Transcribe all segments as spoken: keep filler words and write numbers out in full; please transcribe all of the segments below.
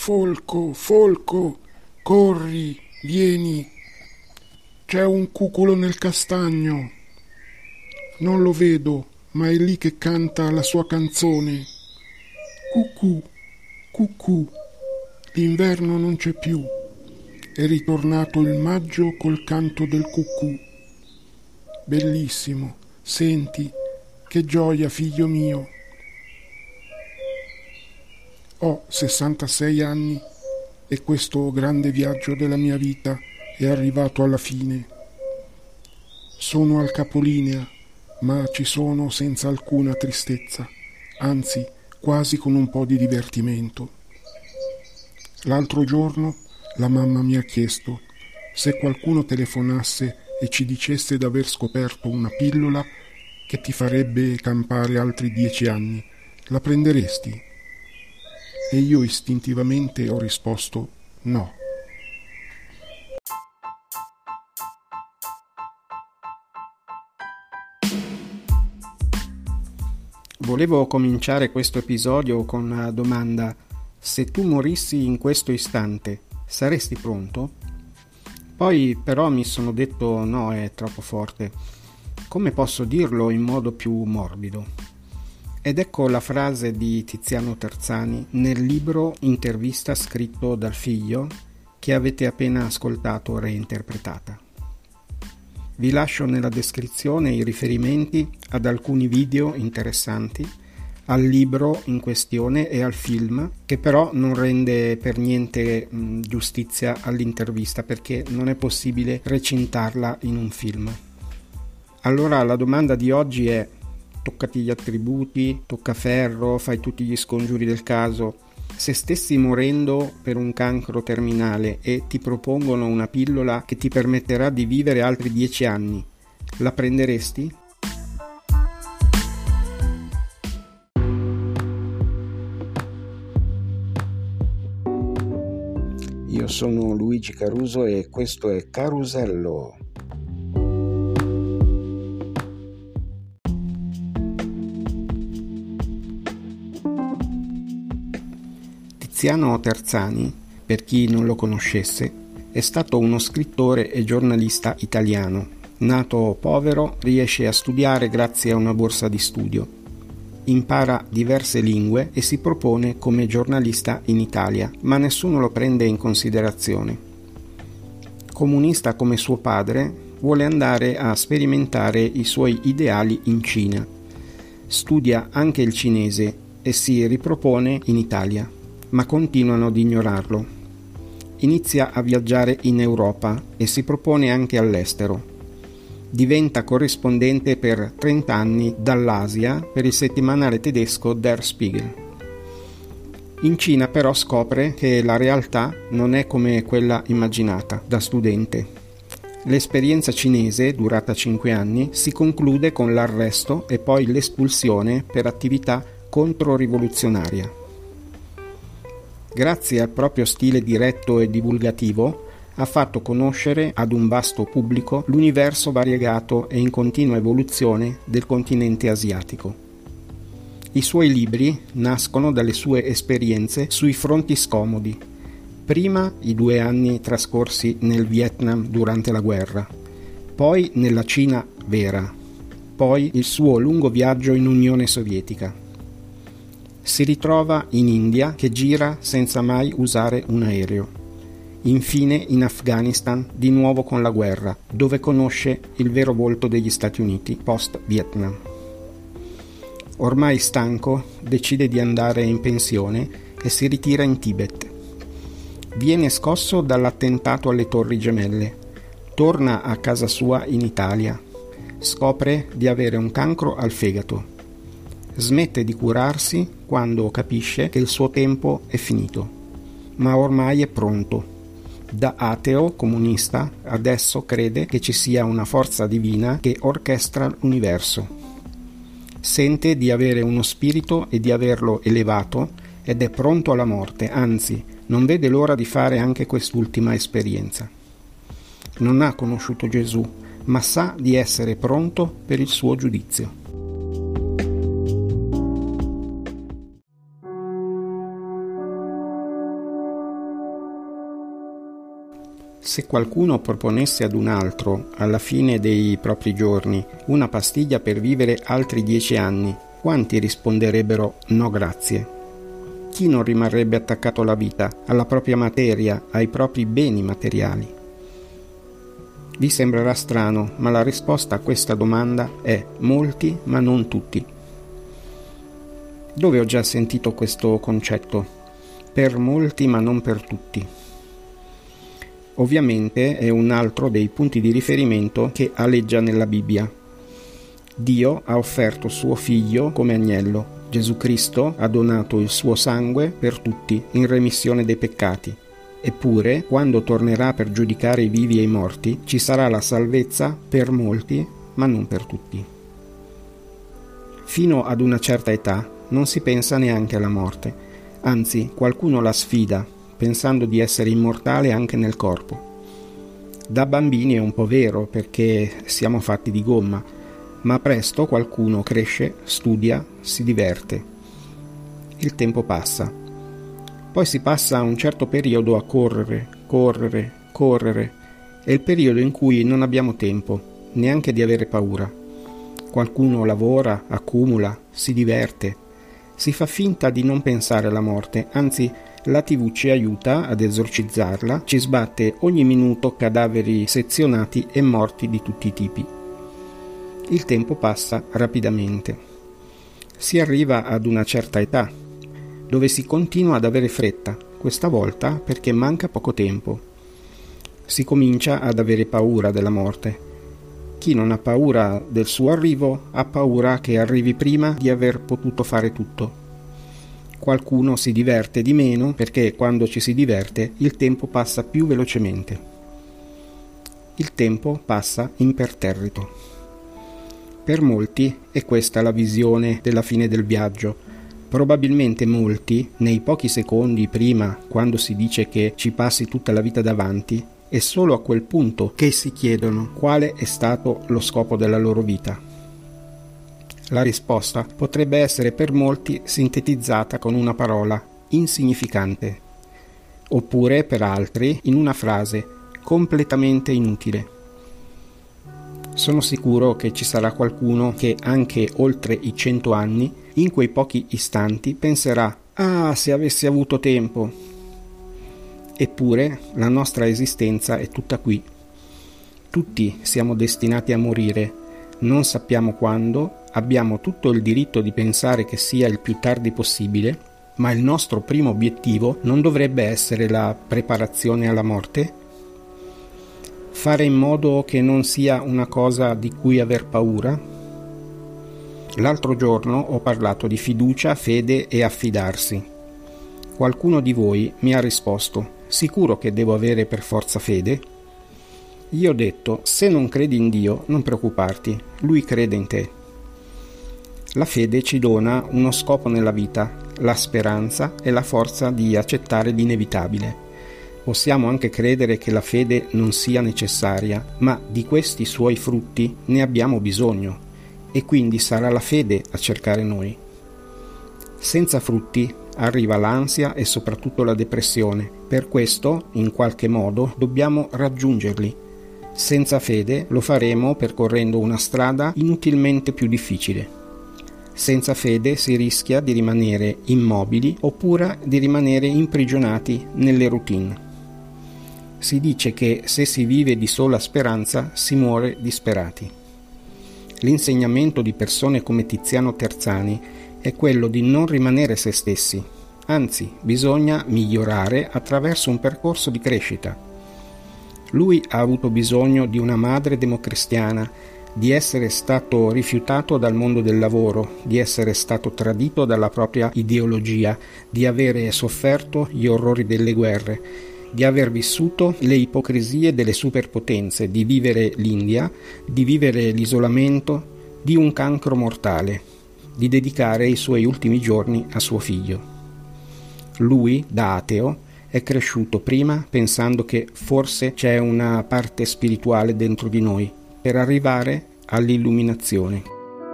Folco, Folco, corri, vieni. C'è un cuculo nel castagno. Non lo vedo, ma è lì che canta la sua canzone. Cucù, cucù, l'inverno non c'è più. È ritornato il maggio col canto del cucù. Bellissimo, senti, che gioia, figlio mio. Ho sessantasei anni e questo grande viaggio della mia vita è arrivato alla fine. Sono al capolinea, ma ci sono senza alcuna tristezza, anzi quasi con un po' di divertimento. L'altro giorno la mamma mi ha chiesto se qualcuno telefonasse e ci dicesse d'aver scoperto una pillola che ti farebbe campare altri dieci anni. La prenderesti? E io istintivamente ho risposto no. Volevo cominciare questo episodio con una domanda: se tu morissi in questo istante, saresti pronto? Poi però mi sono detto no, è troppo forte. Come posso dirlo in modo più morbido? Ed ecco la frase di Tiziano Terzani nel libro Intervista scritto dal figlio che avete appena ascoltato reinterpretata. Vi lascio nella descrizione i riferimenti ad alcuni video interessanti, al libro in questione e al film, che però non rende per niente mh, giustizia all'intervista perché non è possibile recintarla in un film. Allora la domanda di oggi è: toccati gli attributi, tocca ferro, fai tutti gli scongiuri del caso. Se stessi morendo per un cancro terminale e ti propongono una pillola che ti permetterà di vivere altri dieci anni, la prenderesti? Io sono Luigi Caruso e questo è Carusello. Tiziano Terzani, per chi non lo conoscesse, è stato uno scrittore e giornalista italiano. Nato povero, riesce a studiare grazie a una borsa di studio. Impara diverse lingue e si propone come giornalista in Italia, ma nessuno lo prende in considerazione. Comunista come suo padre, vuole andare a sperimentare i suoi ideali in Cina. Studia anche il cinese e si ripropone in Italia, ma continuano ad ignorarlo. Inizia a viaggiare in Europa e si propone anche all'estero. Diventa corrispondente per trenta anni dall'Asia per il settimanale tedesco Der Spiegel. In Cina però scopre che la realtà non è come quella immaginata da studente. L'esperienza cinese, durata cinque anni, si conclude con l'arresto e poi l'espulsione per attività controrivoluzionaria. Grazie al proprio stile diretto e divulgativo, ha fatto conoscere ad un vasto pubblico l'universo variegato e in continua evoluzione del continente asiatico. I suoi libri nascono dalle sue esperienze sui fronti scomodi. Prima i due anni trascorsi nel Vietnam durante la guerra, poi nella Cina vera, poi il suo lungo viaggio in Unione Sovietica. Si ritrova in India che gira senza mai usare un aereo. Infine in Afghanistan, di nuovo con la guerra, dove conosce il vero volto degli Stati Uniti post-Vietnam. Ormai stanco, decide di andare in pensione e si ritira in Tibet. Viene scosso dall'attentato alle Torri Gemelle. Torna a casa sua in Italia. Scopre di avere un cancro al fegato. Smette di curarsi quando capisce che il suo tempo è finito, ma ormai è pronto. Da ateo comunista adesso crede che ci sia una forza divina che orchestra l'universo. Sente di avere uno spirito e di averlo elevato ed è pronto alla morte, anzi, non vede l'ora di fare anche quest'ultima esperienza. Non ha conosciuto Gesù, ma sa di essere pronto per il suo giudizio. Se qualcuno proponesse ad un altro, alla fine dei propri giorni, una pastiglia per vivere altri dieci anni, quanti risponderebbero no grazie? Chi non rimarrebbe attaccato alla vita, alla propria materia, ai propri beni materiali? Vi sembrerà strano, ma la risposta a questa domanda è molti, ma non tutti. Dove ho già sentito questo concetto? Per molti, ma non per tutti. Ovviamente è un altro dei punti di riferimento che aleggia nella Bibbia. Dio ha offerto suo figlio come agnello. Gesù Cristo ha donato il suo sangue per tutti in remissione dei peccati. Eppure, quando tornerà per giudicare i vivi e i morti, ci sarà la salvezza per molti, ma non per tutti. Fino ad una certa età non si pensa neanche alla morte, anzi qualcuno la sfida, pensando di essere immortale anche nel corpo. Da bambini è un po' vero, perché siamo fatti di gomma, ma presto qualcuno cresce, studia, si diverte. Il tempo passa. Poi si passa un certo periodo a correre, correre, correre. È il periodo in cui non abbiamo tempo, neanche di avere paura. Qualcuno lavora, accumula, si diverte. Si fa finta di non pensare alla morte, anzi la tivù ci aiuta ad esorcizzarla, ci sbatte ogni minuto cadaveri sezionati e morti di tutti i tipi. Il tempo passa rapidamente. Si arriva ad una certa età, dove si continua ad avere fretta, questa volta perché manca poco tempo. Si comincia ad avere paura della morte. Chi non ha paura del suo arrivo ha paura che arrivi prima di aver potuto fare tutto. Qualcuno si diverte di meno perché quando ci si diverte il tempo passa più velocemente. Il tempo passa imperterrito. Per molti è questa la visione della fine del viaggio. Probabilmente molti, nei pochi secondi prima, quando si dice che ci passi tutta la vita davanti, è solo a quel punto che si chiedono quale è stato lo scopo della loro vita. La risposta potrebbe essere per molti sintetizzata con una parola: insignificante, oppure per altri in una frase: completamente inutile. Sono sicuro che ci sarà qualcuno che anche oltre i cento anni, in quei pochi istanti, penserà: ah, se avessi avuto tempo. Eppure la nostra esistenza è tutta qui. Tutti siamo destinati a morire, non sappiamo quando. Abbiamo tutto il diritto di pensare che sia il più tardi possibile, ma il nostro primo obiettivo non dovrebbe essere la preparazione alla morte? Fare in modo che non sia una cosa di cui aver paura? L'altro giorno ho parlato di fiducia, fede e affidarsi. Qualcuno di voi mi ha risposto: sicuro che devo avere per forza fede? Io ho detto: se non credi in Dio, non preoccuparti, Lui crede in te. La fede ci dona uno scopo nella vita, la speranza e la forza di accettare l'inevitabile. Possiamo anche credere che la fede non sia necessaria, ma di questi suoi frutti ne abbiamo bisogno, e quindi sarà la fede a cercare noi. Senza frutti arriva l'ansia e soprattutto la depressione. Per questo, in qualche modo, dobbiamo raggiungerli. Senza fede lo faremo percorrendo una strada inutilmente più difficile. Senza fede si rischia di rimanere immobili oppure di rimanere imprigionati nelle routine. Si dice che se si vive di sola speranza si muore disperati. L'insegnamento di persone come Tiziano Terzani è quello di non rimanere se stessi, anzi bisogna migliorare attraverso un percorso di crescita. Lui ha avuto bisogno di una madre democristiana, di essere stato rifiutato dal mondo del lavoro, di essere stato tradito dalla propria ideologia, di avere sofferto gli orrori delle guerre, di aver vissuto le ipocrisie delle superpotenze, di vivere l'India, di vivere l'isolamento di un cancro mortale, di dedicare i suoi ultimi giorni a suo figlio. Lui, da ateo, è cresciuto prima pensando che forse c'è una parte spirituale dentro di noi, per arrivare all'illuminazione.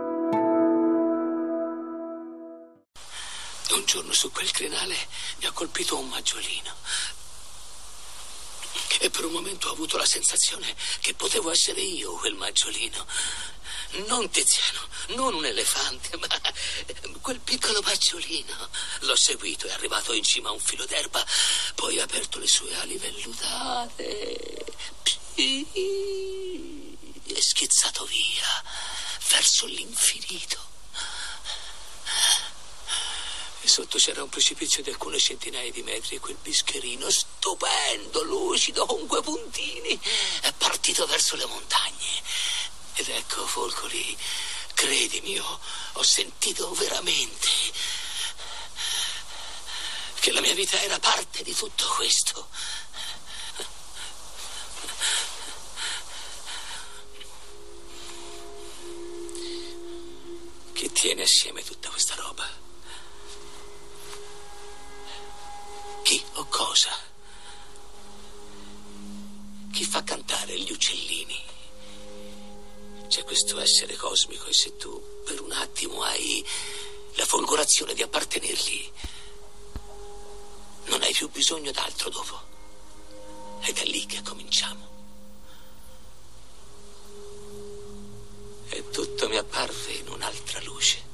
Un giorno su quel crinale mi ha colpito un maggiolino che e per un momento ho avuto la sensazione che potevo essere io quel maggiolino. Non Tiziano, non un elefante, ma quel piccolo maggiolino. L'ho seguito, è arrivato in cima a un filo d'erba, poi ha aperto le sue ali vellutate e schizzato via verso l'infinito. E sotto c'era un precipizio di alcune centinaia di metri e quel bischerino stupendo, lucido, con quei puntini, è partito verso le montagne. Ed ecco, Folcoli, credimi, ho, ho sentito veramente che la mia vita era parte di tutto questo. Chi tiene assieme tutta questa roba? Chi o cosa? Chi fa cantare gli uccellini? C'è questo essere cosmico e se tu per un attimo hai la folgorazione di appartenergli, non hai più bisogno d'altro dopo. È da lì che cominciamo. E tutto mi apparve in un'altra luce.